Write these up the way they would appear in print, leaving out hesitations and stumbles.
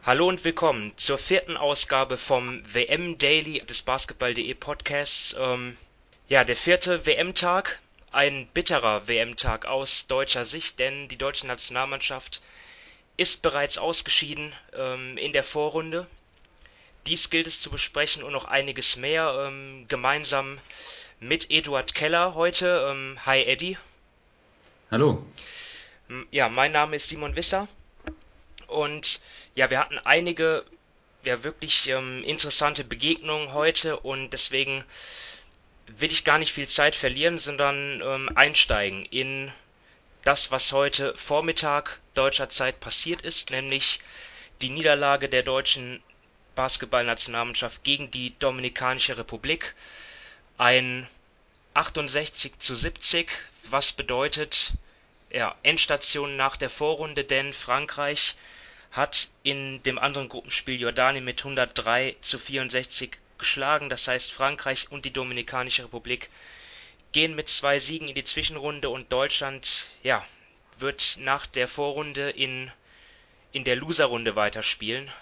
Hallo und willkommen zur vierten Ausgabe vom WM Daily des Basketball.de Podcasts. Ja, der vierte WM-Tag, ein bitterer WM-Tag aus deutscher Sicht, denn die deutsche Nationalmannschaft ist bereits ausgeschieden in der Vorrunde. Dies gilt es zu besprechen und noch einiges mehr, gemeinsam mit Eduard Keller heute. Hi Eddie. Hallo. Ja, mein Name ist Simon Wisser und ja, wir hatten einige ja wirklich interessante Begegnungen heute und deswegen will ich gar nicht viel Zeit verlieren, sondern einsteigen in das, was heute Vormittag deutscher Zeit passiert ist, nämlich die Niederlage der deutschen Basketballnationalmannschaft gegen die Dominikanische Republik. Ein 68:70, was bedeutet, ja, Endstation nach der Vorrunde, denn Frankreich hat in dem anderen Gruppenspiel Jordanien mit 103:64 geschlagen. Das heißt, Frankreich und die Dominikanische Republik gehen mit 2 Siegen in die Zwischenrunde und Deutschland, ja, wird nach der Vorrunde in der Loserrunde weiterspielen.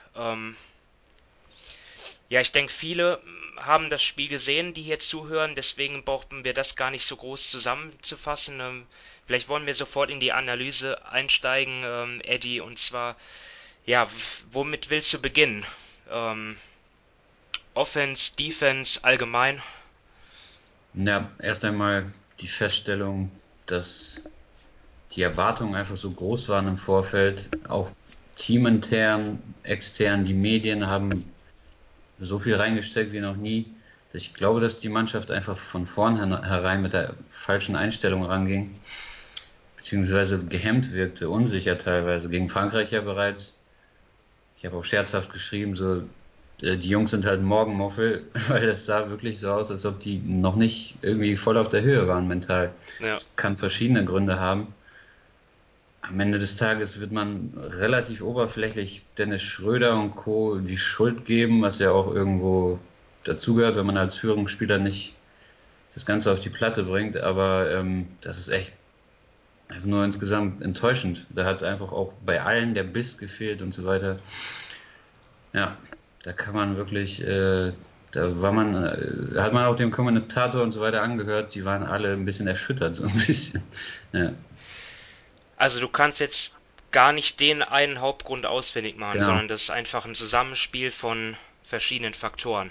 Ja, ich denke, viele haben das Spiel gesehen, die hier zuhören, deswegen brauchen wir das gar nicht so groß zusammenzufassen. Vielleicht wollen wir sofort in die Analyse einsteigen, Eddie, und zwar, ja, womit willst du beginnen? Ähm, Offense, Defense, allgemein? Ja, erst einmal die Feststellung, dass die Erwartungen einfach so groß waren im Vorfeld, auch teamintern, extern, die Medien haben so viel reingesteckt wie noch nie, dass ich glaube, dass die Mannschaft einfach von vornherein mit der falschen Einstellung ranging, beziehungsweise gehemmt wirkte, unsicher teilweise, gegen Frankreich ja bereits. Ich habe auch scherzhaft geschrieben, so, die Jungs sind halt Morgenmuffel, weil das sah wirklich so aus, als ob die noch nicht irgendwie voll auf der Höhe waren mental. Ja, Es kann verschiedene Gründe haben. Am Ende des Tages wird man relativ oberflächlich Dennis Schröder und Co. die Schuld geben, was ja auch irgendwo dazugehört, wenn man als Führungsspieler nicht das Ganze auf die Platte bringt. Aber das ist echt einfach nur insgesamt enttäuschend. Da hat einfach auch bei allen der Biss gefehlt und so weiter. Ja, da kann man wirklich, da war man, hat man auch dem Kommentator und so weiter angehört, die waren alle ein bisschen erschüttert, so ein bisschen. Ja, also du kannst jetzt gar nicht den einen Hauptgrund ausfindig machen, genau. sondern das ist einfach ein Zusammenspiel von verschiedenen Faktoren.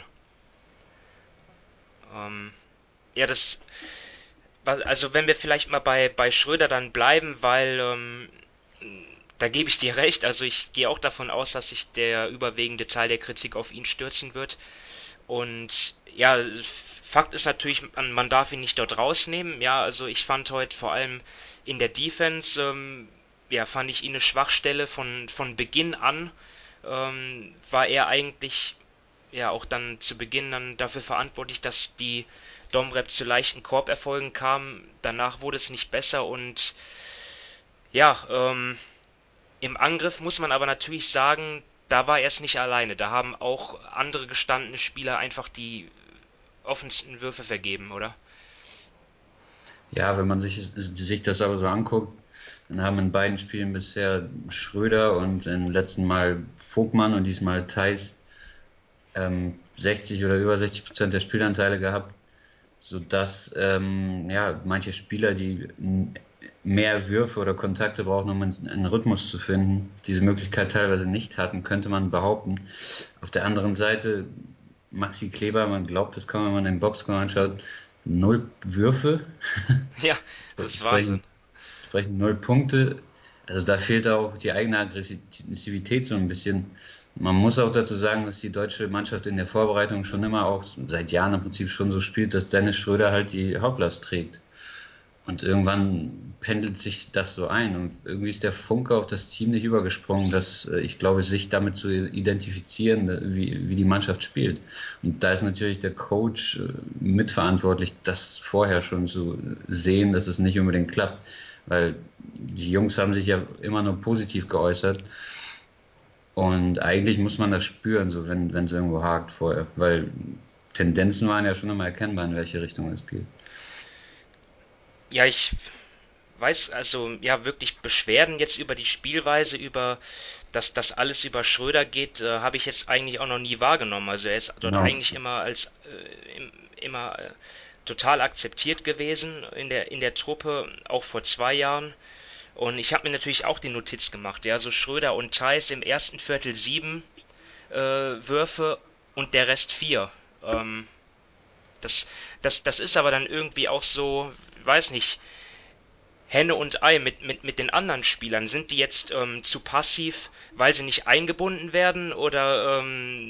Ähm, ja, also wenn wir vielleicht mal bei Schröder dann bleiben, weil da gebe ich dir recht. Also ich gehe auch davon aus, dass sich der überwiegende Teil der Kritik auf ihn stürzen wird. Und ja, Fakt ist natürlich, man darf ihn nicht dort rausnehmen. Ja, also ich fand heute vor allem in der Defense, ja, fand ich ihn eine Schwachstelle von Beginn an. War er eigentlich ja auch dann zu Beginn dann dafür verantwortlich, dass die Domrep zu leichten Korberfolgen kam. Danach wurde es nicht besser und ja, im Angriff muss man aber natürlich sagen, da war er es nicht alleine. Da haben auch andere gestandene Spieler einfach die offensten Würfe vergeben, oder? Ja, wenn man sich das aber so anguckt, dann haben in beiden Spielen bisher Schröder und im letzten Mal Vogtmann und diesmal Theis 60 oder über 60% der Spielanteile gehabt, sodass ja, manche Spieler, die mehr Würfe oder Kontakte brauchen, um einen Rhythmus zu finden, diese Möglichkeit teilweise nicht hatten, könnte man behaupten. Auf der anderen Seite, Maxi Kleber, man glaubt es kaum, wenn man den Boxscore anschaut, null Würfe, Ja, das ist Wahnsinn. sprechen, sprechen null Punkte. Also da fehlt auch die eigene Aggressivität so ein bisschen. Man muss auch dazu sagen, dass die deutsche Mannschaft in der Vorbereitung schon immer auch seit Jahren im Prinzip schon so spielt, dass Dennis Schröder halt die Hauptlast trägt. Und irgendwann pendelt sich das so ein. Und irgendwie ist der Funke auf das Team nicht übergesprungen, dass ich glaube, sich damit zu identifizieren, wie die Mannschaft spielt. Und da ist natürlich der Coach mitverantwortlich, das vorher schon zu sehen, dass es nicht unbedingt klappt. Weil die Jungs haben sich ja immer nur positiv geäußert. Und eigentlich muss man das spüren, so wenn es irgendwo hakt vorher. Weil Tendenzen waren ja schon immer erkennbar, in welche Richtung es geht. Ja, ich weiß, also ja, wirklich Beschwerden jetzt über die Spielweise, über dass das alles über Schröder geht, habe ich jetzt eigentlich auch noch nie wahrgenommen. Also er ist dort Genau. eigentlich immer total akzeptiert gewesen in der Truppe, auch vor 2 Jahren. Und ich habe mir natürlich auch die Notiz gemacht, ja, so Schröder und Theis im ersten Viertel 7 Würfe und der Rest 4. Ähm, das, das ist aber dann irgendwie auch so, weiß nicht, Henne und Ei mit den anderen Spielern. Sind die jetzt zu passiv, weil sie nicht eingebunden werden oder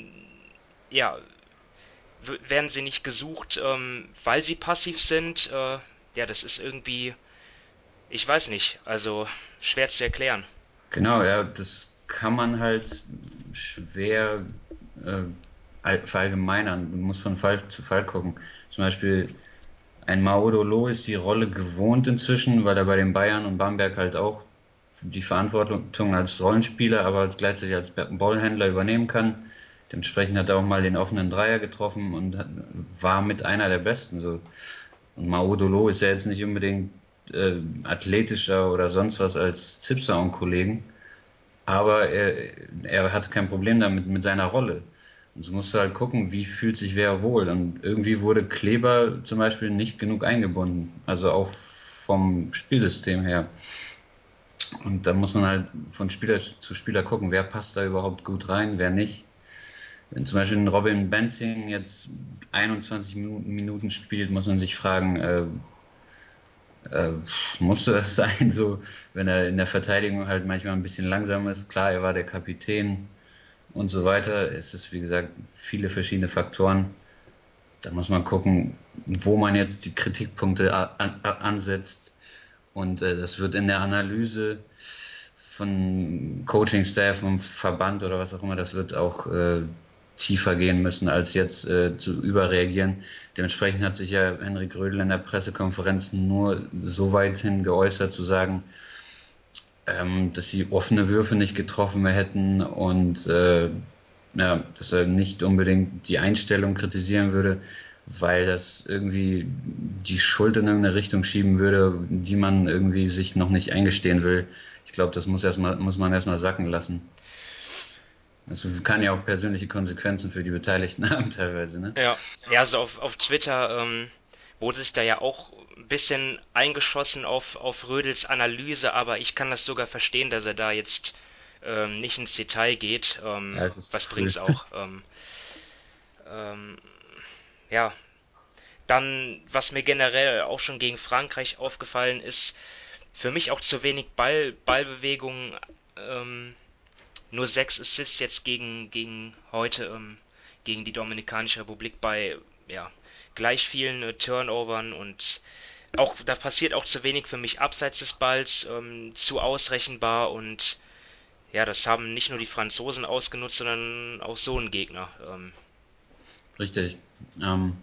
ja, werden sie nicht gesucht, weil sie passiv sind? Ja, das ist irgendwie, ich weiß nicht, also schwer zu erklären. Genau, ja, das kann man halt schwer äh, verallgemeinern. Du musst von Fall zu Fall gucken. Zum Beispiel ein Maudolo ist die Rolle gewohnt inzwischen, weil er bei den Bayern und Bamberg halt auch die Verantwortung als Rollenspieler, aber gleichzeitig als Ballhändler übernehmen kann. Dementsprechend hat er auch mal den offenen Dreier getroffen und war mit einer der Besten. So. Und Maudolo ist ja jetzt nicht unbedingt athletischer oder sonst was als Zipser und Kollegen, aber er hat kein Problem damit mit seiner Rolle. Und so musst du halt gucken, wie fühlt sich wer wohl. Und irgendwie wurde Kleber zum Beispiel nicht genug eingebunden, also auch vom Spielsystem her. Und da muss man halt von Spieler zu Spieler gucken, wer passt da überhaupt gut rein, wer nicht. Wenn zum Beispiel ein Robin Benzing jetzt 21 Minuten spielt, muss man sich fragen, äh, musste das sein, so, wenn er in der Verteidigung halt manchmal ein bisschen langsam ist. Klar, er war der Kapitän und so weiter. Es ist, wie gesagt, viele verschiedene Faktoren. Da muss man gucken, wo man jetzt die Kritikpunkte ansetzt. Und das wird in der Analyse von Coaching-Staff, vom Verband oder was auch immer, das wird auch tiefer gehen müssen, als jetzt zu überreagieren. Dementsprechend hat sich ja Henrik Rödel in der Pressekonferenz nur so weit hin geäußert, zu sagen, dass sie offene Würfe nicht getroffen mehr hätten und ja, dass er nicht unbedingt die Einstellung kritisieren würde, weil das irgendwie die Schuld in irgendeine Richtung schieben würde, die man irgendwie sich noch nicht eingestehen will. Ich glaube, das muss man erstmal sacken lassen. Das kann ja auch persönliche Konsequenzen für die Beteiligten haben teilweise, ne? Ja, ja, also auf Twitter wurde sich da ja auch ein bisschen eingeschossen auf Rödels Analyse, aber ich kann das sogar verstehen, dass er da jetzt nicht ins Detail geht. Ja, es ist zu Was früh. bringt's auch? Ähm, ja, dann, was mir generell auch schon gegen Frankreich aufgefallen ist, für mich auch zu wenig Ballbewegung, ähm, nur 6 Assists jetzt gegen heute, gegen die Dominikanische Republik bei, ja, gleich vielen Turnovern und auch, da passiert auch zu wenig für mich abseits des Balls, zu ausrechenbar und ja, das haben nicht nur die Franzosen ausgenutzt, sondern auch so ein Gegner. Richtig. Ähm,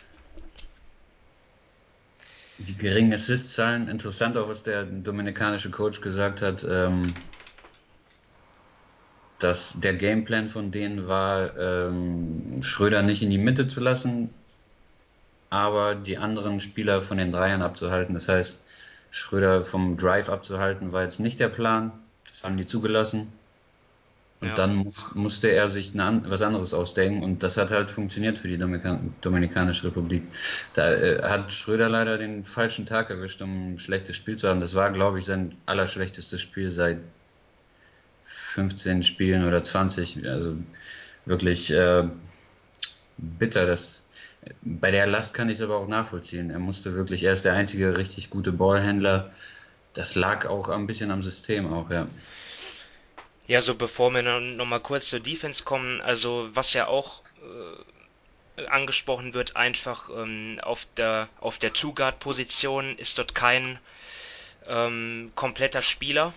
die geringen Assist-Zahlen, interessant auch, was der dominikanische Coach gesagt hat, dass der Gameplan von denen war, Schröder nicht in die Mitte zu lassen, aber die anderen Spieler von den Dreiern abzuhalten. Das heißt, Schröder vom Drive abzuhalten, war jetzt nicht der Plan. Das haben die zugelassen. Und Ja, dann musste er sich was anderes ausdenken. Und das hat halt funktioniert für die Dominikanische Republik. Da hat Schröder leider den falschen Tag erwischt, um ein schlechtes Spiel zu haben. Das war, glaube ich, sein allerschlechtestes Spiel seit 15 Spielen oder 20. Also wirklich bitter. Bei der Last kann ich es aber auch nachvollziehen. Er ist der einzige richtig gute Ballhändler. Das lag auch ein bisschen am System auch, ja. ja, so bevor wir noch mal kurz zur Defense kommen, also was ja auch angesprochen wird, einfach auf der Two-Guard-Position ist dort kein kompletter Spieler.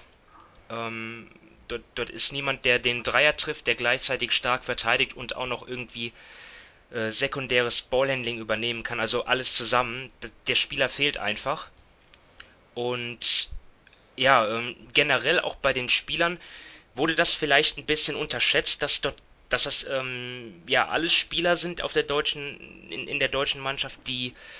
Dort ist niemand, der den Dreier trifft, der gleichzeitig stark verteidigt und auch noch irgendwie sekundäres Ballhandling übernehmen kann. Also alles zusammen. Der Spieler fehlt einfach. Und ja, generell auch bei den Spielern wurde das vielleicht ein bisschen unterschätzt, dass das ja alles Spieler sind auf der in der deutschen Mannschaft, die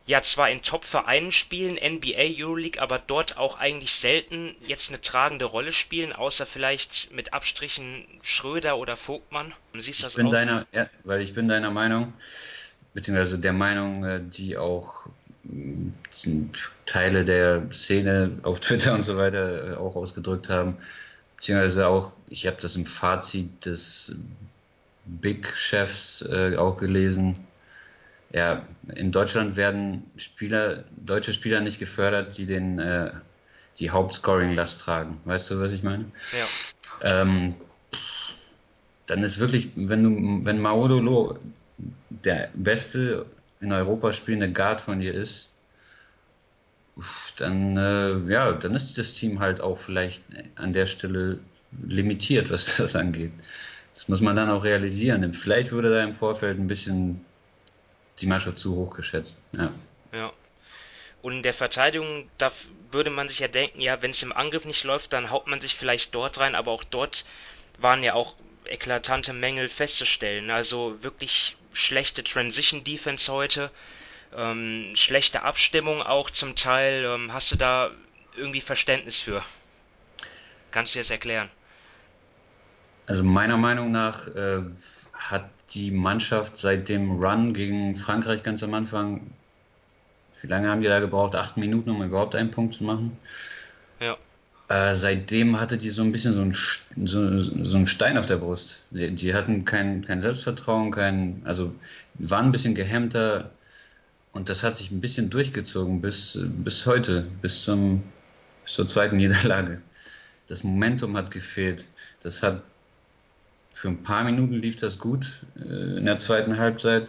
ja zwar in Top-Vereinen spielen, NBA, Euroleague, aber dort auch eigentlich selten jetzt eine tragende Rolle spielen, außer vielleicht mit Abstrichen Schröder oder Vogtmann. Siehst du Ich das bin auch so? deiner, ja, weil ich bin deiner Meinung, beziehungsweise der Meinung, die auch Teile der Szene auf Twitter und so weiter auch ausgedrückt haben, beziehungsweise auch, ich habe das im Fazit des Big Chefs auch gelesen. Ja, in Deutschland werden deutsche Spieler nicht gefördert, die Hauptscoring-Last tragen. Weißt du, was ich meine? Ja, Ähm, Dann ist wirklich, wenn Maudolo der beste in Europa spielende Guard von dir ist, dann, ja, dann ist das Team halt auch vielleicht an der Stelle limitiert, was das angeht. Das muss man dann auch realisieren. Vielleicht wurde da im Vorfeld ein bisschen die Mannschaft zu hoch geschätzt. Ja. ja. Und in der Verteidigung, da würde man sich ja denken, ja, wenn es im Angriff nicht läuft, dann haut man sich vielleicht dort rein, aber auch dort waren ja auch eklatante Mängel festzustellen. Also wirklich schlechte Transition Defense heute, schlechte Abstimmung auch zum Teil. Hast du da irgendwie Verständnis für? Kannst du dir das erklären? Also meiner Meinung nach hat die Mannschaft seit dem Run gegen Frankreich ganz am Anfang, wie lange haben die da gebraucht? 8 Minuten, um überhaupt einen Punkt zu machen. Ja, Seitdem hatte die so ein bisschen so einen Stein auf der Brust. Die hatten kein Selbstvertrauen, also waren ein bisschen gehemmter und das hat sich ein bisschen durchgezogen bis heute, bis zur zweiten Niederlage. Das Momentum hat gefehlt. Das hat für ein paar Minuten lief das gut in der zweiten Halbzeit,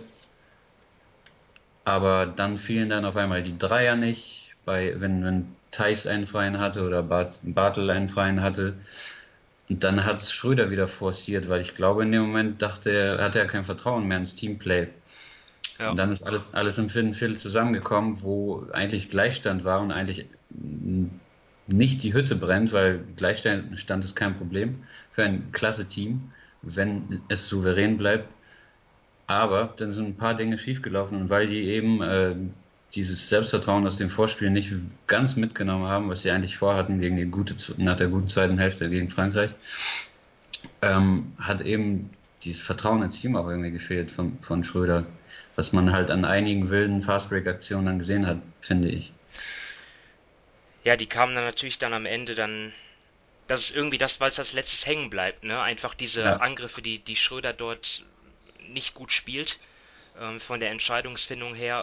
aber dann fielen dann auf einmal die Dreier nicht, wenn Theis einen freien hatte oder Bartel einen freien hatte. Und dann hat Schröder wieder forciert, weil ich glaube, in dem Moment hatte er kein Vertrauen mehr ins Teamplay. Und ja, dann ist alles im vierten Viertel zusammengekommen, wo eigentlich Gleichstand war und eigentlich nicht die Hütte brennt, weil Gleichstand ist kein Problem für ein klasse Team, wenn es souverän bleibt. Aber dann sind ein paar Dinge schiefgelaufen und weil die eben dieses Selbstvertrauen aus dem Vorspiel nicht ganz mitgenommen haben, was sie eigentlich vorhatten nach der guten zweiten Hälfte gegen Frankreich, hat eben dieses Vertrauen ins Team auch irgendwie gefehlt von Schröder, was man halt an einigen wilden Fastbreak-Aktionen dann gesehen hat, finde ich. ja, die kamen dann natürlich dann am Ende dann. Das ist irgendwie das, weil es als letztes hängen bleibt, ne? Einfach diese Ja, Angriffe, die Schröder dort nicht gut spielt, von der Entscheidungsfindung her.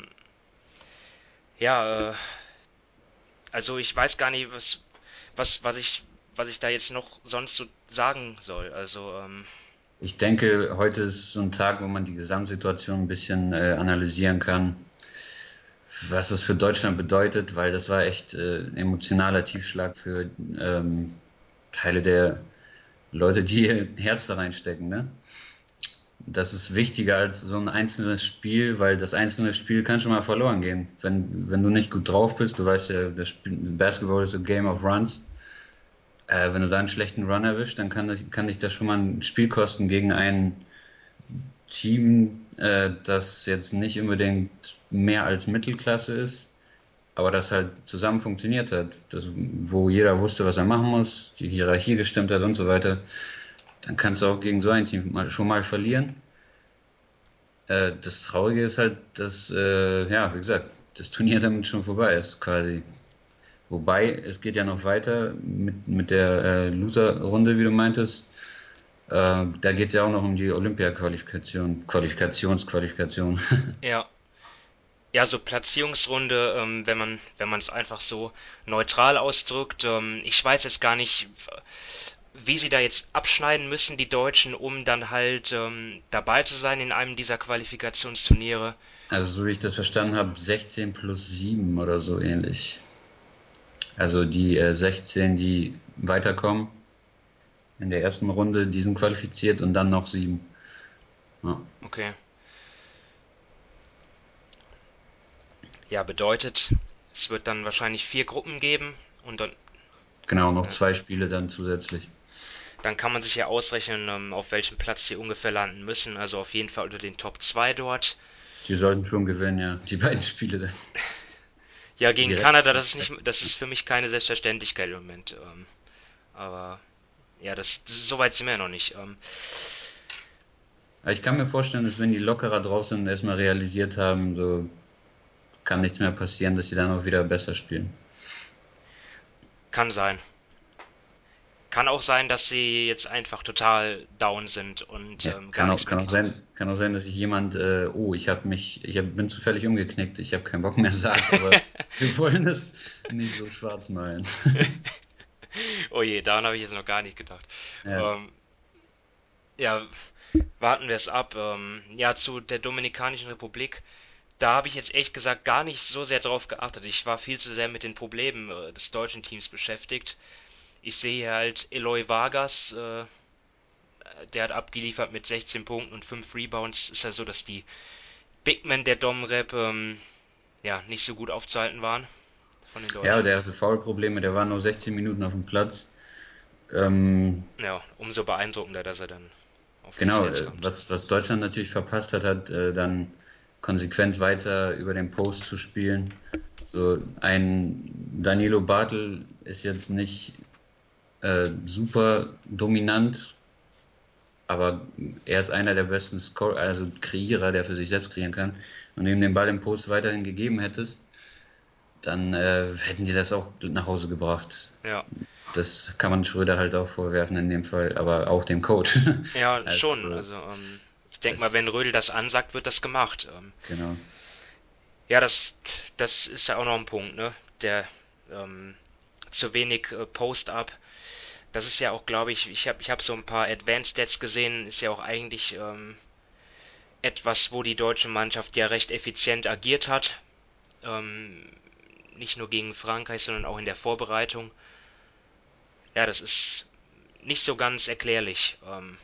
Ja, also ich weiß gar nicht, was, was ich, was ich da jetzt noch sonst so sagen soll. Also, ich denke, heute ist so ein Tag, wo man die Gesamtsituation ein bisschen analysieren kann, was es für Deutschland bedeutet, weil das war echt ein emotionaler Tiefschlag für Teile der Leute, die ihr Herz da reinstecken. Ne? Das ist wichtiger als so ein einzelnes Spiel, weil das einzelne Spiel kann schon mal verloren gehen. Wenn du nicht gut drauf bist, du weißt ja, Basketball ist a game of runs. Wenn du da einen schlechten Run erwischt, dann kann dich das schon mal ein Spiel kosten gegen ein Team, das jetzt nicht unbedingt mehr als Mittelklasse ist, aber das halt zusammen funktioniert hat, wo jeder wusste, was er machen muss, die Hierarchie gestimmt hat und so weiter. Dann kannst du auch gegen so ein Team schon mal verlieren. Das Traurige ist halt, dass, ja, wie gesagt, das Turnier damit schon vorbei ist, quasi. Wobei, es geht ja noch weiter mit der Loser-Runde, wie du meintest. Da geht es ja auch noch um die Qualifikationsqualifikation. ja. Ja, so Platzierungsrunde, wenn man es einfach so neutral ausdrückt. Ich weiß jetzt gar nicht, wie sie da jetzt abschneiden müssen, die Deutschen, um dann halt dabei zu sein in einem dieser Qualifikationsturniere. Also, so wie ich das verstanden habe, 16 plus 7 oder so ähnlich. Also die 16, die weiterkommen in der ersten Runde, die sind qualifiziert und dann noch 7. Ja, Okay. Ja, bedeutet, es wird dann wahrscheinlich 4 Gruppen geben und genau, noch ja, 2 Spiele dann zusätzlich. dann kann man sich ja ausrechnen, auf welchem Platz sie ungefähr landen müssen. Also auf jeden Fall unter den Top 2 dort. Die sollten schon gewinnen, ja. Die beiden Spiele dann. Ja, Die gegen Kanada, restlichen. das ist für mich keine Selbstverständlichkeit im Moment. Aber ja, so weit sind wir ja noch nicht. Aber ich kann mir vorstellen, dass wenn die lockerer drauf sind und erstmal realisiert haben, so kann nichts mehr passieren, dass sie dann auch wieder besser spielen. Kann sein. Kann auch sein, dass sie jetzt einfach total down sind und Ja, gar nichts mehr geben. kann auch sein, dass sich jemand, oh, bin zufällig umgeknickt, ich habe keinen Bock mehr, sagt, aber wir wollen es nicht so schwarz malen. Oh je, daran habe ich jetzt noch gar nicht gedacht. Ja, Ähm, ja, warten wir es ab. Ja, zu der Dominikanischen Republik. Da habe ich jetzt echt gesagt gar nicht so sehr drauf geachtet. Ich war viel zu sehr mit den Problemen des deutschen Teams beschäftigt. Ich sehe hier halt Eloy Vargas, der hat abgeliefert mit 16 Punkten und 5 Rebounds. Ist ja so, dass die Big Men der Dom-Rep ja, nicht so gut aufzuhalten waren von den ja, Deutschen. der hatte Foulprobleme, der war nur 16 Minuten auf dem Platz. Ähm, Ja, umso beeindruckender, dass er dann auf die genau, Stats kommt. was Deutschland natürlich verpasst hat, dann konsequent weiter über den Post zu spielen. So ein Danilo Bartel ist jetzt nicht super dominant, aber er ist einer der besten also Kreierer, der für sich selbst kreieren kann. Und ihm den Ball im Post weiterhin gegeben hättest, dann hätten die das auch nach Hause gebracht. Ja, Das kann man Schröder halt auch vorwerfen in dem Fall, aber auch dem Coach. ja, schon. Also Also, ich denke mal, wenn es Rödel das ansagt, wird das gemacht. genau. Ja, das ist ja auch noch ein Punkt, ne? Der ähm, zu wenig Post-up. Das ist ja auch, glaube ich, ich hab so ein paar Advanced Stats gesehen, ist ja auch eigentlich etwas, wo die deutsche Mannschaft ja recht effizient agiert hat. Ähm, nicht nur gegen Frankreich, sondern auch in der Vorbereitung. Ja, das ist nicht so ganz erklärlich.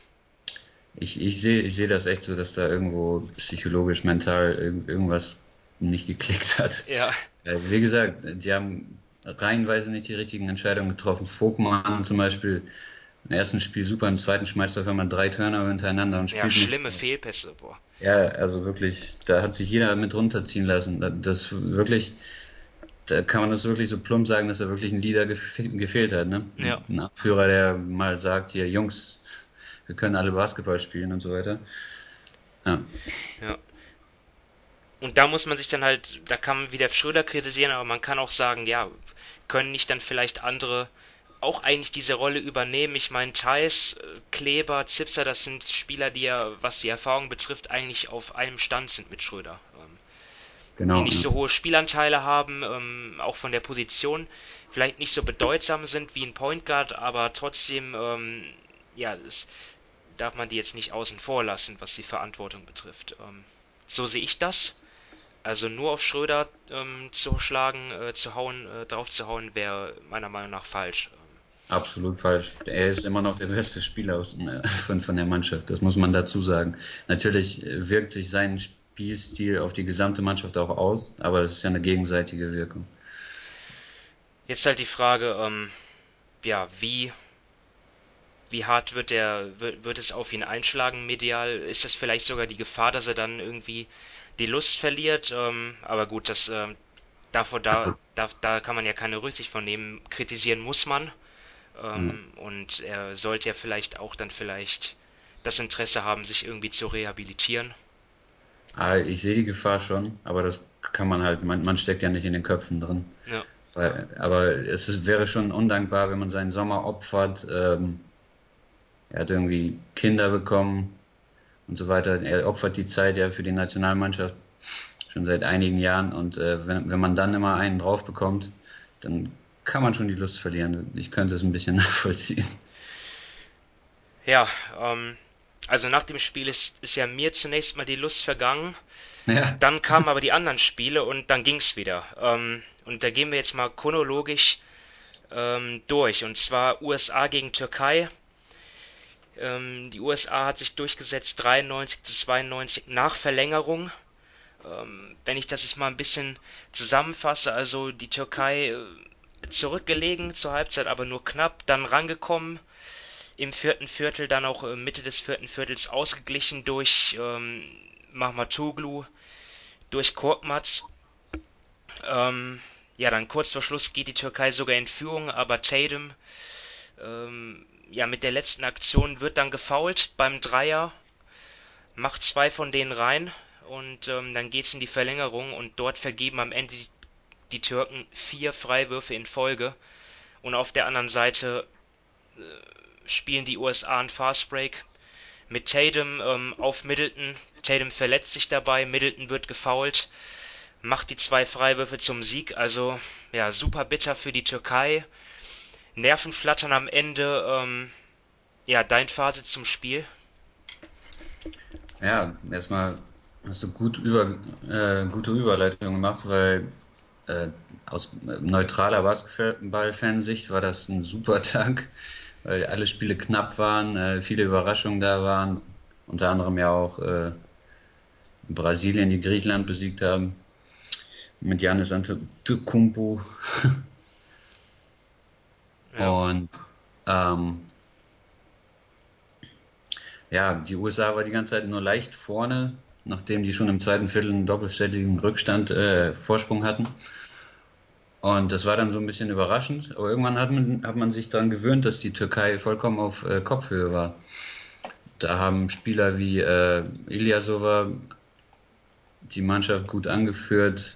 Ich sehe das echt so, dass da irgendwo psychologisch, mental irgendwas nicht geklickt hat. Ja, Wie gesagt, die haben reihenweise nicht die richtigen Entscheidungen getroffen. Vogtmann zum Beispiel im ersten Spiel super, im zweiten schmeißt er auf einmal 3 Turnover hintereinander und ja, spielt nicht. schlimme Fehlpässe, boah. Ja, also wirklich, da hat sich jeder mit runterziehen lassen. Das wirklich, da kann man das wirklich so plump sagen, dass da wirklich ein Leader gefehlt hat, ne? Ja, Ein Anführer, der mal sagt, hier Jungs, wir können alle Basketball spielen und so weiter. Ja, ja. Und da muss man sich dann halt, da kann man wieder Schröder kritisieren, aber man kann auch sagen, ja, können nicht dann vielleicht andere auch eigentlich diese Rolle übernehmen? Ich meine, Theis, Kleber, Zipser, das sind Spieler, die ja, was die Erfahrung betrifft, eigentlich auf einem Stand sind mit Schröder. Die genau. nicht Ja. so hohe Spielanteile haben, auch von der Position, vielleicht nicht so bedeutsam sind wie ein Point Guard, aber trotzdem, ja, darf man die jetzt nicht außen vor lassen, was die Verantwortung betrifft. So sehe ich das. Also nur auf Schröder zu schlagen, zu hauen, drauf zu hauen, wäre meiner Meinung nach falsch. Absolut falsch. Er ist immer noch der beste Spieler von der Mannschaft. Das muss man dazu sagen. Natürlich wirkt sich sein Spielstil auf die gesamte Mannschaft auch aus, aber es ist ja eine gegenseitige Wirkung. Jetzt halt die Frage, ja, wie hart wird es auf ihn einschlagen medial? Ist es vielleicht sogar die Gefahr, dass er dann irgendwie die Lust verliert? Aber gut, Also, da kann man ja keine Rücksicht von nehmen. Kritisieren muss man. ja. Und er sollte ja vielleicht auch dann vielleicht das Interesse haben, sich irgendwie zu rehabilitieren. Ich sehe die Gefahr schon, aber das kann man halt, man steckt ja nicht in den Köpfen drin. Ja, Aber wäre schon undankbar, wenn man seinen Sommer opfert. Er hat irgendwie Kinder bekommen und so weiter. Er opfert die Zeit ja für die Nationalmannschaft schon seit einigen Jahren und wenn man dann immer einen drauf bekommt, dann kann man schon die Lust verlieren. Ich könnte es ein bisschen nachvollziehen. ja also nach dem Spiel ist ja mir zunächst mal die Lust vergangen. Ja, Dann kamen aber die anderen Spiele und dann ging's wieder. Und da gehen wir jetzt mal chronologisch durch. Und zwar USA gegen Türkei. Die USA hat sich durchgesetzt 93-92 nach Verlängerung. Wenn ich das jetzt mal ein bisschen zusammenfasse, also die Türkei zurückgelegen zur Halbzeit, aber nur knapp, dann rangekommen, im vierten Viertel, dann auch Mitte des vierten Viertels ausgeglichen durch Mahmatoglu, durch Korkmaz. Ähm, ja, dann kurz vor Schluss geht die Türkei sogar in Führung, aber Tatum, ja, mit der letzten Aktion wird dann gefoult beim Dreier, macht zwei von denen rein und dann geht's in die Verlängerung und dort vergeben am Ende die Türken vier Freiwürfe in Folge und auf der anderen Seite spielen die USA einen Fastbreak mit Tatum auf Middleton. Tatum verletzt sich dabei, Middleton wird gefoult, macht die zwei Freiwürfe zum Sieg. Also ja, super bitter für die Türkei. Nervenflattern am Ende. Ja, dein Fazit zum Spiel? Ja, erstmal hast du gute Überleitung gemacht, weil äh, aus neutraler Basketball-Fansicht war das ein super Tag, weil alle Spiele knapp waren, viele Überraschungen da waren, unter anderem ja auch Brasilien, die Griechenland besiegt haben, mit Giannis Antetokounmpo. Ja, Und ähm, ja, die USA war die ganze Zeit nur leicht vorne, nachdem die schon im zweiten Viertel einen doppelstelligen Vorsprung hatten. Und das war dann so ein bisschen überraschend, aber irgendwann hat man sich daran gewöhnt, dass die Türkei vollkommen auf Kopfhöhe war. Da haben Spieler wie Ilyasova die Mannschaft gut angeführt,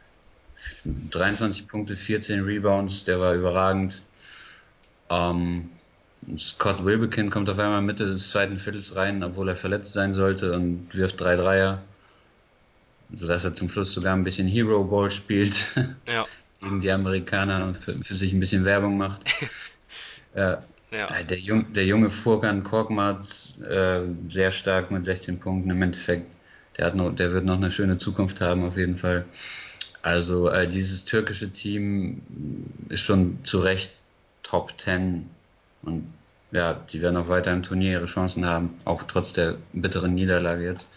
23 Punkte, 14 Rebounds, der war überragend. Ähm, Scott Wilbekin kommt auf einmal Mitte des zweiten Viertels rein, obwohl er verletzt sein sollte und wirft drei Dreier, sodass er zum Schluss sogar ein bisschen Hero Ball spielt ja, gegen die Amerikaner und für sich ein bisschen Werbung macht. Ja, ja. der junge Furkan Korkmaz, sehr stark mit 16 Punkten im Endeffekt. Der wird noch eine schöne Zukunft haben, auf jeden Fall. Also, dieses türkische Team ist schon zu Recht Top 10 und ja, die werden auch weiter im Turnier ihre Chancen haben, auch trotz der bitteren Niederlage jetzt.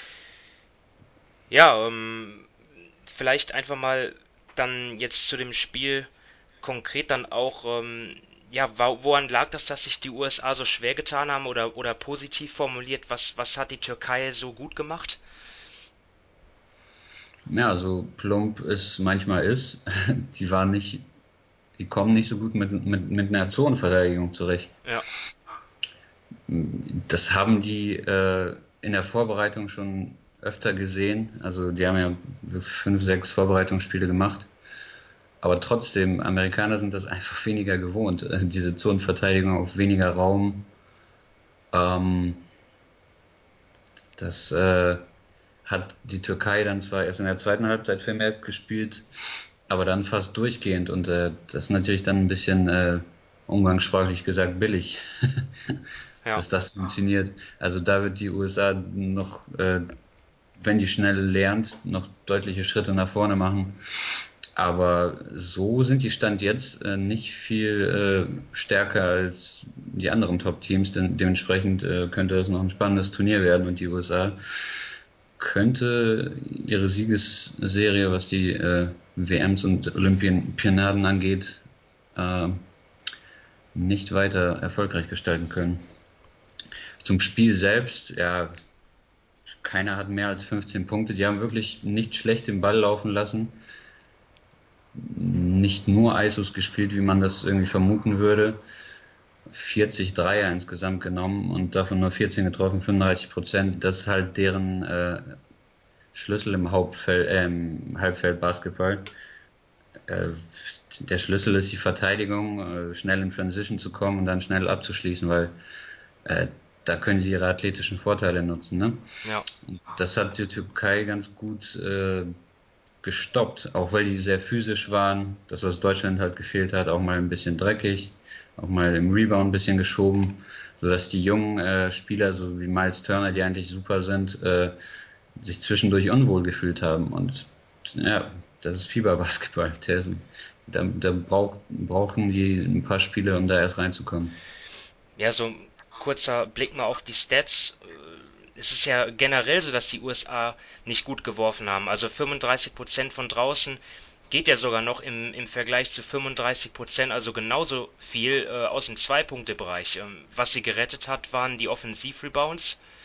Ja, vielleicht einfach mal dann jetzt zu dem Spiel konkret dann auch, ja, woran lag das, dass sich die USA so schwer getan haben oder positiv formuliert, was hat die Türkei so gut gemacht? Ja, so plump es manchmal ist, die waren nicht, die kommen nicht so gut mit einer Zonenverteidigung zurecht. Ja, Das haben die in der Vorbereitung schon öfter gesehen. Also die haben ja 5, 6 Vorbereitungsspiele gemacht. Aber trotzdem, Amerikaner sind das einfach weniger gewohnt. Diese Zonenverteidigung auf weniger Raum. Ähm, das hat die Türkei dann zwar erst in der zweiten Halbzeit vermehrt gespielt, aber dann fast durchgehend. Und das ist natürlich dann ein bisschen umgangssprachlich gesagt billig, ja. dass das funktioniert. Also da wird die USA noch, wenn die schnell lernt, noch deutliche Schritte nach vorne machen. Aber so sind die Stand jetzt nicht viel stärker als die anderen Top-Teams. Dementsprechend könnte das noch ein spannendes Turnier werden und die USA könnte ihre Siegesserie, was die WMs und Olympiaden angeht, äh, nicht weiter erfolgreich gestalten können. Zum Spiel selbst, ja, keiner hat mehr als 15 Punkte. Die haben wirklich nicht schlecht den Ball laufen lassen. Nicht nur ISOs gespielt, wie man das irgendwie vermuten würde. 40 Dreier insgesamt genommen und davon nur 14 getroffen, 35%. Das ist halt deren Schlüssel im Halbfeld Basketball. Äh, der Schlüssel ist die Verteidigung, schnell in Transition zu kommen und dann schnell abzuschließen, weil äh, da können sie ihre athletischen Vorteile nutzen. Ne? Ja, Das hat die Türkei ganz gut gestoppt, auch weil die sehr physisch waren. Das, was Deutschland halt gefehlt hat, auch mal ein bisschen dreckig, auch mal im Rebound ein bisschen geschoben, sodass die jungen Spieler, so wie Miles Turner, die eigentlich super sind, sich zwischendurch unwohl gefühlt haben. Und ja, das ist Fieberbasketball. Brauchen die ein paar Spiele, um da erst reinzukommen. ja, so ein kurzer Blick mal auf die Stats. Es ist ja generell so, dass die USA nicht gut geworfen haben. Also 35% von draußen geht ja sogar noch im Vergleich zu 35%, also genauso viel aus dem Zwei-Punkte-Bereich. Was sie gerettet hat, waren die Offensiv-Rebounds.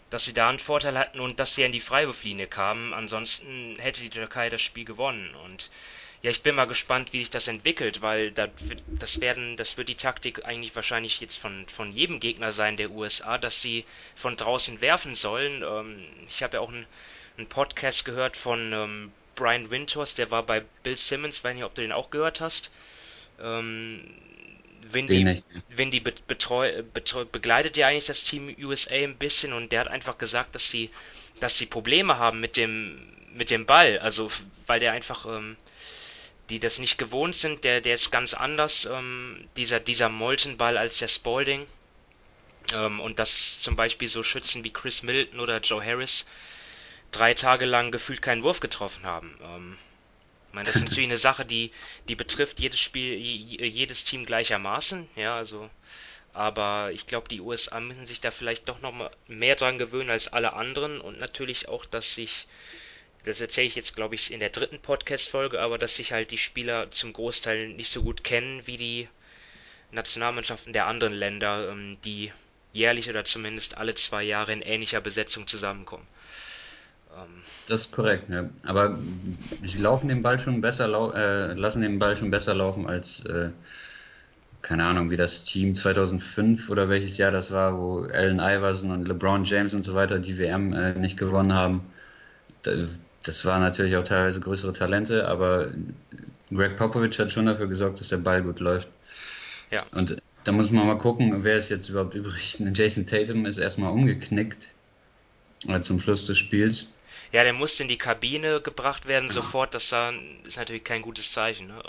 dass sie da einen Vorteil hatten und dass sie an die Freiwurflinie kamen. Ansonsten hätte die Türkei das Spiel gewonnen. Und ja, ich bin mal gespannt, wie sich das entwickelt, weil das wird die Taktik eigentlich wahrscheinlich jetzt von jedem Gegner sein der USA, dass sie von draußen werfen sollen. Ich habe ja auch einen Podcast gehört von Brian Windhorst, der war bei Bill Simmons, weiß nicht, ob du den auch gehört hast. Ähm, Den Windy, nicht. Windy begleitet ja eigentlich das Team USA ein bisschen und der hat einfach gesagt, dass sie Probleme haben mit dem Ball. Also, weil der einfach, die das nicht gewohnt sind, der ist ganz anders, dieser Molten-Ball als der Spalding. Und dass zum Beispiel so Schützen wie Chris Middleton oder Joe Harris 3 Tage lang gefühlt keinen Wurf getroffen haben. Ich meine, das ist natürlich eine Sache, die betrifft jedes Team gleichermaßen, ja, also, aber ich glaube, die USA müssen sich da vielleicht doch noch mal mehr dran gewöhnen als alle anderen und natürlich auch, das erzähle ich jetzt, glaube ich, in der dritten Podcast-Folge, aber dass sich halt die Spieler zum Großteil nicht so gut kennen wie die Nationalmannschaften der anderen Länder, die jährlich oder zumindest alle 2 Jahre in ähnlicher Besetzung zusammenkommen. Ähm, Das ist korrekt, ne? Aber sie laufen den Ball schon besser, lassen den Ball schon besser laufen als, keine Ahnung, wie das Team 2005 oder welches Jahr das war, wo Allen Iverson und LeBron James und so weiter die WM nicht gewonnen haben. Da- Das waren natürlich auch teilweise größere Talente, aber Greg Popovich hat schon dafür gesorgt, dass der Ball gut läuft. ja, Und da muss man mal gucken, wer ist jetzt überhaupt übrig. Jason Tatum ist erstmal umgeknickt zum Schluss des Spiels. ja, der musste in die Kabine gebracht werden Ja. sofort. Ist natürlich kein gutes Zeichen. Ne?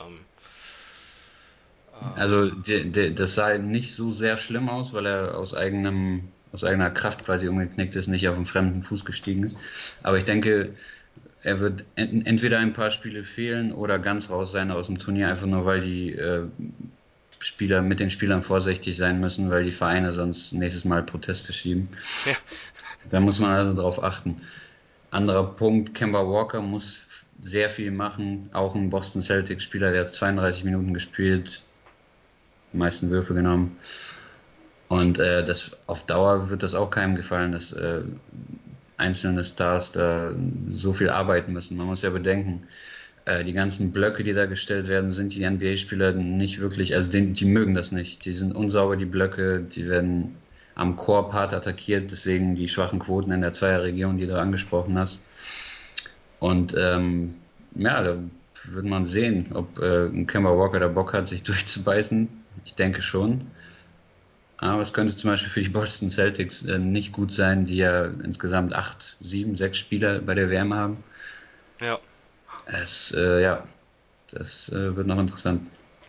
Also das sah nicht so sehr schlimm aus, weil er aus eigener Kraft quasi umgeknickt ist, nicht auf einen fremden Fuß gestiegen ist. Aber ich denke, er wird entweder ein paar Spiele fehlen oder ganz raus sein aus dem Turnier, einfach nur weil die Spieler mit den Spielern vorsichtig sein müssen, weil die Vereine sonst nächstes Mal Proteste schieben. Ja, Da muss man also drauf achten. Anderer Punkt, Kemba Walker muss sehr viel machen, auch ein Boston Celtics Spieler, der hat 32 Minuten gespielt, die meisten Würfe genommen. Und das auf Dauer wird das auch keinem gefallen, dass einzelne Stars da so viel arbeiten müssen. Man muss ja bedenken, die ganzen Blöcke, die da gestellt werden, sind die NBA-Spieler nicht wirklich, also die mögen das nicht. Die sind unsauber, die Blöcke, die werden am Korb hart attackiert, deswegen die schwachen Quoten in der Zweierregion, die du angesprochen hast. Und ja, da wird man sehen, ob ein Kemba Walker da Bock hat, sich durchzubeißen. Ich denke schon. Aber es könnte zum Beispiel für die Boston Celtics nicht gut sein, die ja insgesamt 8, 7, 6 Spieler bei der WM haben. ja. Ja, das wird noch interessant.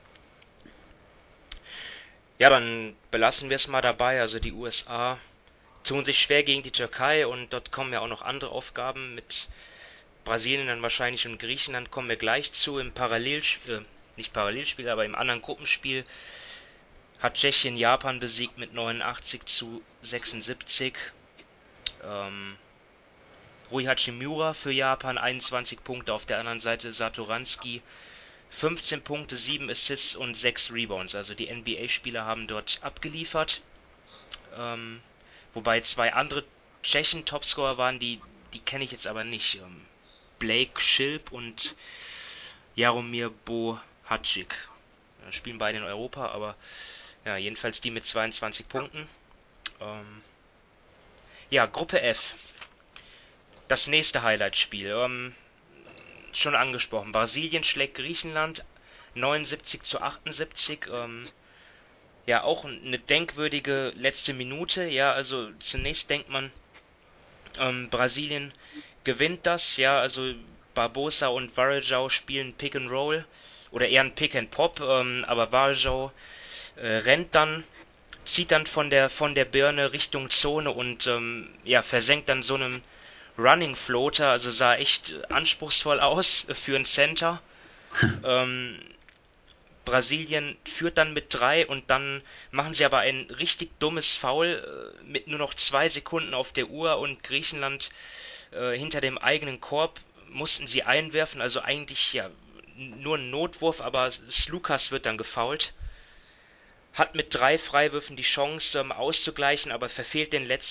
Ja, dann belassen wir es mal dabei. Also die USA tun sich schwer gegen die Türkei und dort kommen ja auch noch andere Aufgaben mit Brasilien dann wahrscheinlich und Griechenland kommen wir gleich zu. Im Parallelspiel, nicht Parallelspiel, aber im anderen Gruppenspiel hat Tschechien Japan besiegt mit 89 zu 76. Ähm, Rui Hachimura für Japan 21 Punkte, auf der anderen Seite Satoranski 15 Punkte, 7 Assists und 6 Rebounds. Also die NBA-Spieler haben dort abgeliefert. Ähm, Wobei 2 andere Tschechen Topscorer waren, die kenne ich jetzt aber nicht. Blake Schilp und Jaromir Bohatschik. Spielen beide in Europa, aber ja, jedenfalls die mit 22 Punkten. Ähm, ja, Gruppe F. Das nächste Highlight-Spiel. Schon angesprochen. Brasilien schlägt Griechenland 79 zu 78. Ja, auch eine denkwürdige letzte Minute. Ja, also zunächst denkt man, Brasilien gewinnt das. Ja, also Barbosa und Varejao spielen Pick and Roll oder eher ein Pick and Pop, aber Varejao rennt dann, zieht dann von der Birne Richtung Zone und ja, versenkt dann so einem Running Floater, also sah echt anspruchsvoll aus für einen Center. Ähm, Brasilien führt dann mit 3 und dann machen sie aber ein richtig dummes Foul mit nur noch 2 Sekunden auf der Uhr und Griechenland hinter dem eigenen Korb mussten sie einwerfen, also eigentlich ja nur ein Notwurf, aber Slukas wird dann gefoult, hat mit 3 Freiwürfen die Chance auszugleichen, aber verfehlt den letzten und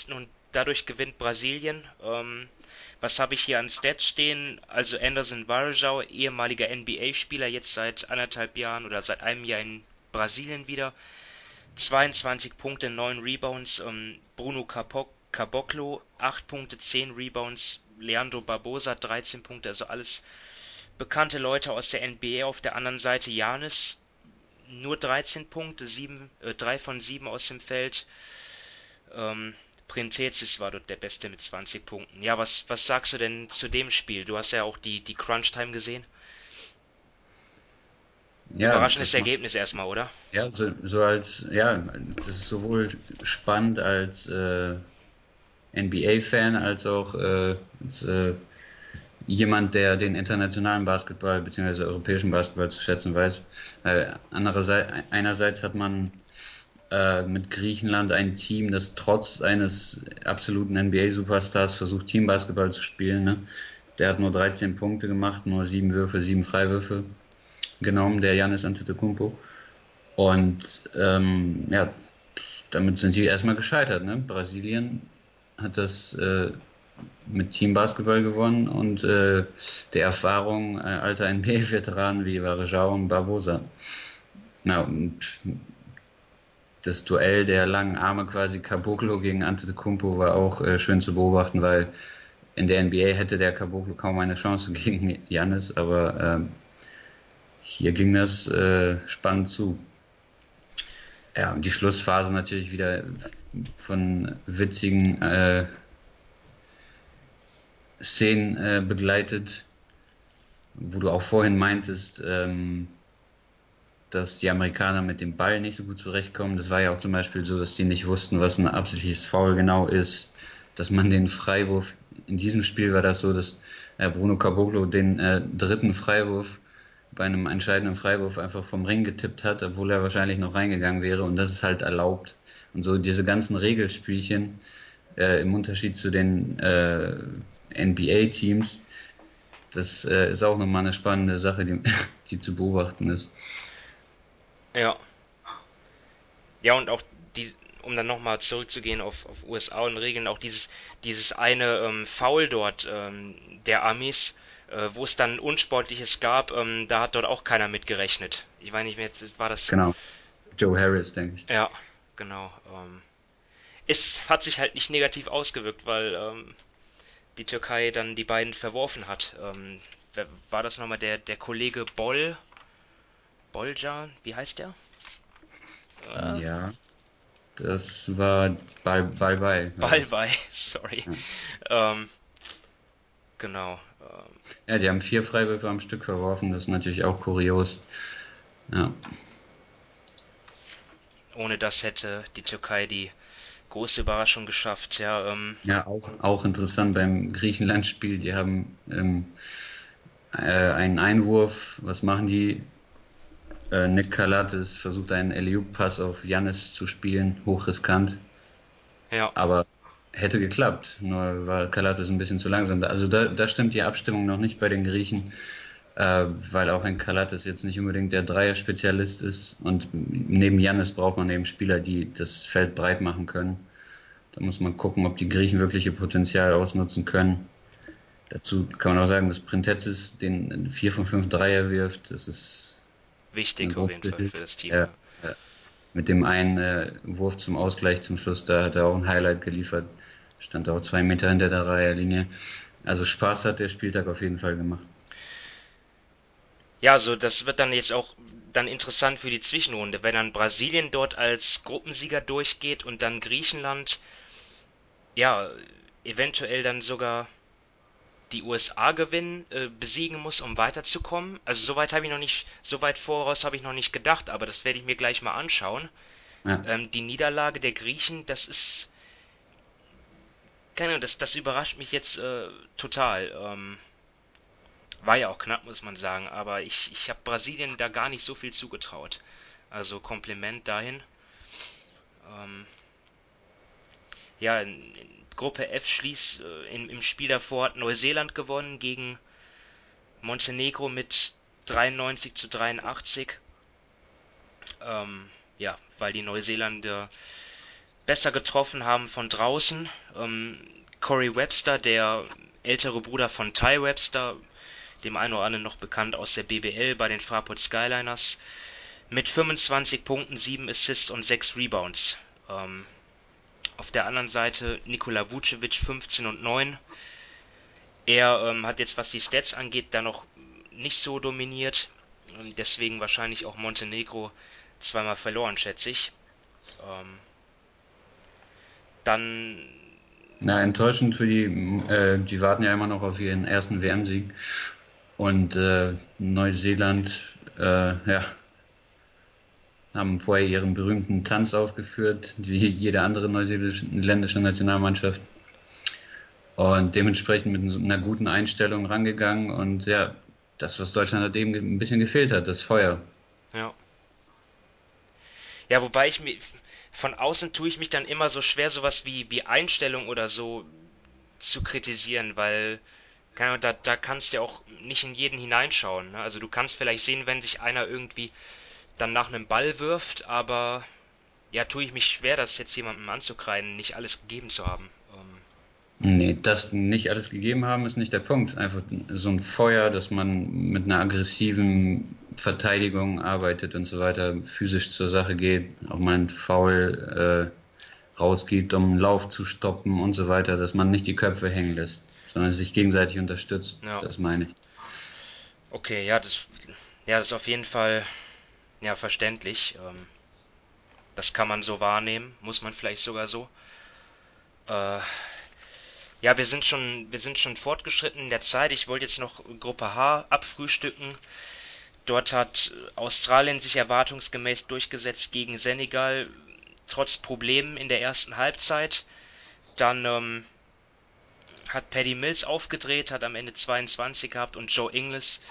dadurch gewinnt Brasilien. Was habe ich hier an Stats stehen? Also Anderson Varejão, ehemaliger NBA-Spieler, jetzt seit 1,5 Jahren oder seit einem Jahr in Brasilien wieder. 22 Punkte, 9 Rebounds. Bruno Caboclo, 8 Punkte, 10 Rebounds. Leandro Barbosa, 13 Punkte. Also alles bekannte Leute aus der NBA. Auf der anderen Seite Giannis, nur 13 Punkte, 3 von 7 aus dem Feld. Ähm, Printezis war dort der Beste mit 20 Punkten. Ja, was sagst du denn zu dem Spiel? Du hast ja auch die Crunch Time gesehen. Ja, Überraschendes Ergebnis erstmal, oder? so als, ja, das ist sowohl spannend als NBA-Fan als auch als jemand, der den internationalen Basketball bzw. europäischen Basketball zu schätzen weiß. Einerseits hat man mit Griechenland ein Team, das trotz eines absoluten NBA-Superstars versucht, Teambasketball zu spielen. Ne? Der hat nur 13 Punkte gemacht, nur 7 Würfe, 7 Freiwürfe genommen, der Giannis Antetokounmpo. Und ja, damit sind die erstmal gescheitert. Ne? Brasilien hat das mit Teambasketball gewonnen und der Erfahrung alter NBA-Veteranen wie Varejão und Barbosa. Na, und das Duell der langen Arme quasi Caboclo gegen Antetokounmpo war auch schön zu beobachten, weil in der NBA hätte der Caboclo kaum eine Chance gegen Giannis, aber hier ging das spannend zu. Ja, und die Schlussphase natürlich wieder von witzigen Szenen begleitet, wo du auch vorhin meintest, dass die Amerikaner mit dem Ball nicht so gut zurechtkommen. Das war ja auch zum Beispiel so, dass die nicht wussten, was ein absichtliches Foul genau ist, dass man den Freiwurf, in diesem Spiel war das so, dass Bruno Caboclo den dritten Freiwurf bei einem entscheidenden Freiwurf einfach vom Ring getippt hat, obwohl er wahrscheinlich noch reingegangen wäre und das ist halt erlaubt. Und so diese ganzen Regelspielchen im Unterschied zu den NBA-Teams, das ist auch nochmal eine spannende Sache, die zu beobachten ist. Ja. Ja, und auch die, um dann nochmal zurückzugehen auf USA und Regeln, auch dieses eine Foul dort der Amis, wo es dann Unsportliches gab, da hat dort auch keiner mit gerechnet. Ich weiß nicht mehr, jetzt war das, Genau. Joe Harris, denke ich. ja, genau. Es hat sich halt nicht negativ ausgewirkt, weil die Türkei dann die beiden verworfen hat. Wer war das nochmal? Der Kollege Bolcan, wie heißt der? Äh, Ja, das war Bye war das. Ballbei, sorry. Ja. Ähm, genau. Ja, die haben 4 Freiwürfe am Stück verworfen, das ist natürlich auch kurios. Ja, Ohne das hätte die Türkei die große Überraschung geschafft. Ja, ja auch interessant beim Griechenland-Spiel, die haben einen Einwurf, was machen die? Nick Kalates versucht einen Alley-Oop-Pass auf Giannis zu spielen, hochriskant, ja, aber hätte geklappt, nur war Kalates ein bisschen zu langsam. Also da stimmt die Abstimmung noch nicht bei den Griechen. Weil auch ein Kalates jetzt nicht unbedingt der Dreier-Spezialist ist und neben Jannis braucht man eben Spieler, die das Feld breit machen können. Da muss man gucken, ob die Griechen wirklich ihr Potenzial ausnutzen können. Dazu kann man auch sagen, dass Printezis den 4 von 5 Dreier wirft. Das ist eine wichtig auf jeden große Fall für Hilfe. das Team. Ja, Ja. ja. Mit dem einen Wurf zum Ausgleich zum Schluss, da hat er auch ein Highlight geliefert. Stand auch 2 Meter hinter der Dreierlinie. Also Spaß hat der Spieltag auf jeden Fall gemacht. Ja, so das wird dann jetzt auch dann interessant für die Zwischenrunde, wenn dann Brasilien dort als Gruppensieger durchgeht und dann Griechenland, ja, eventuell dann sogar die USA gewinnen, besiegen muss, um weiterzukommen. Also soweit habe ich noch nicht, so weit voraus habe ich noch nicht gedacht, aber das werde ich mir gleich mal anschauen. Ja, Die Niederlage der Griechen, das ist, keine Ahnung, das überrascht mich jetzt total. War ja auch knapp, muss man sagen, aber ich habe Brasilien da gar nicht so viel zugetraut. Also Kompliment dahin. Ähm, ja, in Gruppe F im Spiel davor hat Neuseeland gewonnen gegen Montenegro mit 93-83. Ja, weil die Neuseeländer besser getroffen haben von draußen. Corey Webster, der ältere Bruder von Ty Webster, dem einen oder anderen noch bekannt aus der BBL bei den Fraport Skyliners, mit 25 Punkten, 7 Assists und 6 Rebounds. Ähm, auf der anderen Seite Nikola Vucevic 15 und 9. Er hat jetzt, was die Stats angeht, da noch nicht so dominiert. Deswegen wahrscheinlich auch Montenegro zweimal verloren, schätze ich. Ähm, dann, Na, enttäuschend für die warten ja immer noch auf ihren ersten WM-Sieg. Und Neuseeland, ja, haben vorher ihren berühmten Tanz aufgeführt, wie jede andere neuseeländische Nationalmannschaft. Und dementsprechend mit einer guten Einstellung rangegangen. Und ja, das, was Deutschland hat eben ein bisschen gefehlt hat, das Feuer. ja. Ja, wobei ich mir, von außen tue ich mich dann immer so schwer, sowas wie Einstellung oder so zu kritisieren, weil keine Ahnung, da kannst du ja auch nicht in jeden hineinschauen. Ne? Also du kannst vielleicht sehen, wenn sich einer irgendwie dann nach einem Ball wirft, aber ja, tue ich mich schwer, das jetzt jemandem anzukreiden, nicht alles gegeben zu haben. Nee, das nicht alles gegeben haben, ist nicht der Punkt. Einfach so ein Feuer, dass man mit einer aggressiven Verteidigung arbeitet und so weiter, physisch zur Sache geht, auch mal einen Foul rausgibt, um einen Lauf zu stoppen und so weiter, dass man nicht die Köpfe hängen lässt, sondern sich gegenseitig unterstützt. Ja, Das meine ich. okay, ja, das ist auf jeden Fall ja verständlich. Das kann man so wahrnehmen, muss man vielleicht sogar so. Äh, ja, wir sind schon fortgeschritten in der Zeit. Ich wollte jetzt noch Gruppe H abfrühstücken. Dort hat Australien sich erwartungsgemäß durchgesetzt gegen Senegal, trotz Problemen in der ersten Halbzeit. Dann hat Paddy Mills aufgedreht, hat am Ende 22 gehabt und Joe Ingles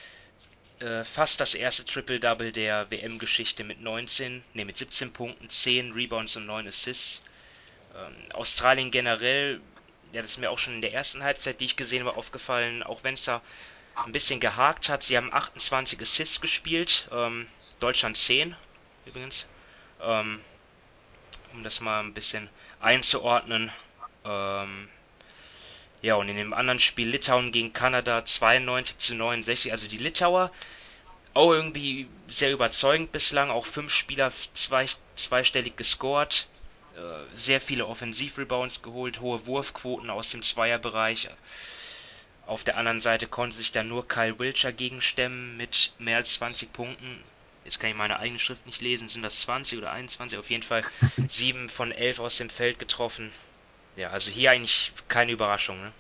fast das erste Triple-Double der WM-Geschichte mit 17 Punkten, 10 Rebounds und 9 Assists. Australien generell, ja, das ist mir auch schon in der ersten Halbzeit, die ich gesehen habe, aufgefallen, auch wenn es da ein bisschen gehakt hat. Sie haben 28 Assists gespielt, Deutschland 10 übrigens, ähm, um das mal ein bisschen einzuordnen. Ähm, ja, und in dem anderen Spiel Litauen gegen Kanada 92-69. Also die Litauer auch irgendwie sehr überzeugend bislang. Auch 5 Spieler zweistellig gescored. Sehr viele Offensivrebounds geholt, hohe Wurfquoten aus dem Zweierbereich. Auf der anderen Seite konnte sich dann nur Kyle Wiltshire gegenstemmen mit mehr als 20 Punkten. Jetzt kann ich meine eigene Schrift nicht lesen, sind das 20 oder 21? Auf jeden Fall 7 von 11 aus dem Feld getroffen. Ja, also hier eigentlich keine Überraschung, ne?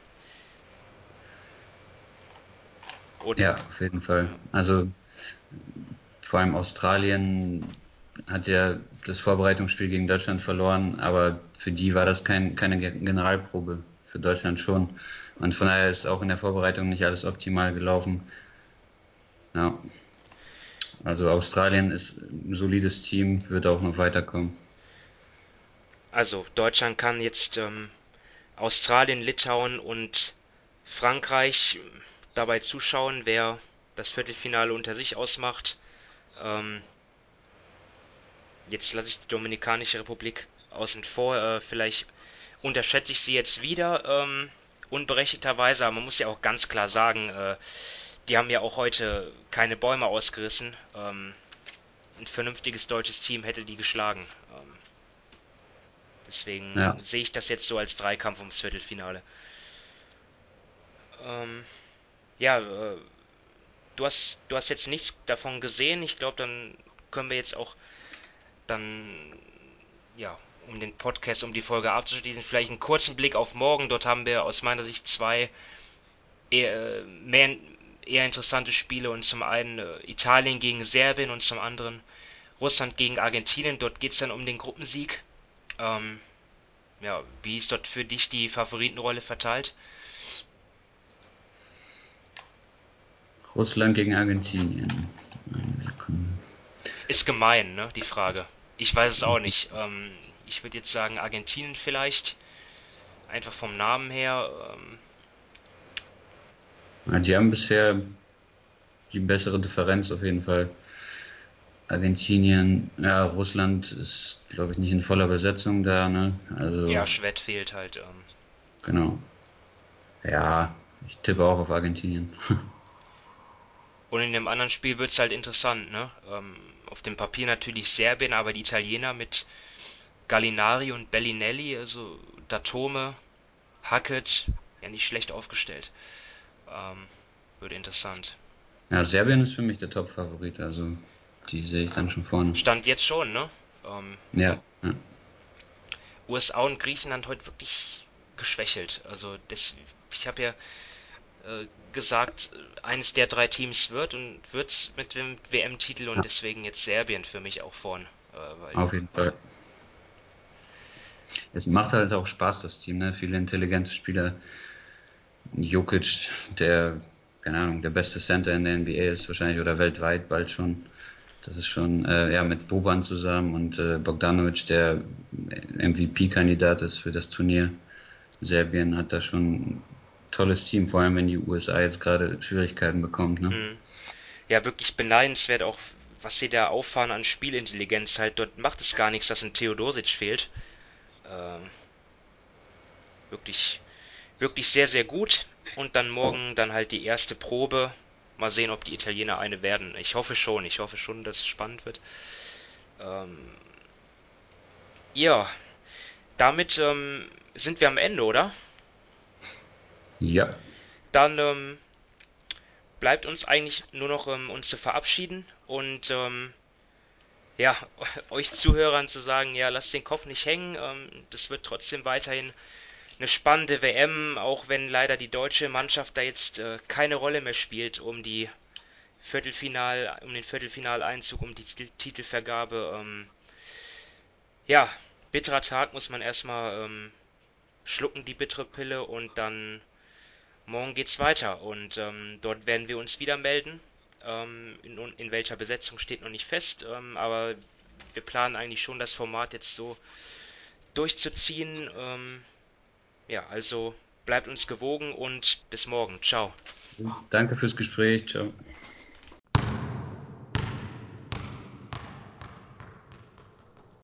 Und, Ja, auf jeden Fall. ja, Also vor allem Australien hat ja das Vorbereitungsspiel gegen Deutschland verloren, aber für die war das keine Generalprobe. Für Deutschland schon. Und von daher ist auch in der Vorbereitung nicht alles optimal gelaufen. Ja, also Australien ist ein solides Team, wird auch noch weiterkommen. also Deutschland kann jetzt Australien, Litauen und Frankreich dabei zuschauen, wer das Viertelfinale unter sich ausmacht. Ähm, Jetzt lasse ich die Dominikanische Republik außen vor. Vielleicht unterschätze ich sie jetzt wieder, unberechtigterweise, aber man muss ja auch ganz klar sagen, die haben ja auch heute keine Bäume ausgerissen. Ein vernünftiges deutsches Team hätte die geschlagen. Deswegen Ja, sehe ich das jetzt so als Dreikampf ums Viertelfinale. Ähm, ja, du hast jetzt nichts davon gesehen. Ich glaube, dann können wir jetzt auch dann, ja, um den Podcast, um die Folge abzuschließen, vielleicht einen kurzen Blick auf morgen. Dort haben wir aus meiner Sicht zwei eher interessante Spiele und zum einen Italien gegen Serbien und zum anderen Russland gegen Argentinien. Dort geht es dann um den Gruppensieg. Ähm, ja, wie ist dort für dich die Favoritenrolle verteilt? Russland gegen Argentinien. Eine Sekunde. Ist gemein, ne, die Frage. Ich weiß es auch nicht. Ich würde jetzt sagen Argentinien vielleicht, einfach vom Namen her. Ja, die haben bisher die bessere Differenz auf jeden Fall. Argentinien, ja, Russland ist, glaube ich, nicht in voller Besetzung da, ne? Ja, Also, Schwed fehlt halt. genau. Ja, ich tippe auch auf Argentinien. Und in dem anderen Spiel wird's halt interessant, ne? Auf dem Papier natürlich Serbien, aber die Italiener mit Gallinari und Bellinelli, also Datome, Hackett, ja nicht schlecht aufgestellt. Ähm, Wird interessant. Ja, Serbien ist für mich der Top-Favorit, also die sehe ich dann schon vorne. Stand jetzt schon, ne? Ähm, Ja, ja, USA und Griechenland heute wirklich geschwächelt. Ich habe ja gesagt, eines der drei Teams wird und wird's mit dem WM-Titel und ja, deswegen jetzt Serbien für mich auch vorn. Weil, auf jeden ja, Fall. Es macht halt auch Spaß, das Team, ne? Viele intelligente Spieler. Jokic, der, keine Ahnung, der beste Center in der NBA ist wahrscheinlich oder weltweit bald schon. Das ist schon, ja, mit Boban zusammen und Bogdanovic, der MVP-Kandidat ist für das Turnier. Serbien hat da schon ein tolles Team, vor allem wenn die USA jetzt gerade Schwierigkeiten bekommt, ne? hm. Ja, wirklich beneidenswert auch, was sie da auffahren an Spielintelligenz halt. Dort macht es gar nichts, dass ein Theodosic fehlt. Ähm, wirklich, wirklich sehr, sehr gut. Und dann morgen dann halt die erste Probe. Mal sehen, ob die Italiener eine werden. Ich hoffe schon. Ich hoffe schon, dass es spannend wird. Ähm, ja, damit sind wir am Ende, oder? Ja, Dann bleibt uns eigentlich nur noch uns zu verabschieden und ja, euch Zuhörern zu sagen, ja, lasst den Kopf nicht hängen. Das wird trotzdem weiterhin eine spannende WM, auch wenn leider die deutsche Mannschaft da jetzt keine Rolle mehr spielt um den Viertelfinaleinzug, um die Titelvergabe. Ja, bitterer Tag muss man erstmal schlucken, die bittere Pille, und dann morgen geht's weiter und dort werden wir uns wieder melden. In welcher Besetzung steht noch nicht fest, aber wir planen eigentlich schon das Format jetzt so durchzuziehen. Ja, also bleibt uns gewogen und bis morgen. Ciao. danke fürs Gespräch. Ciao.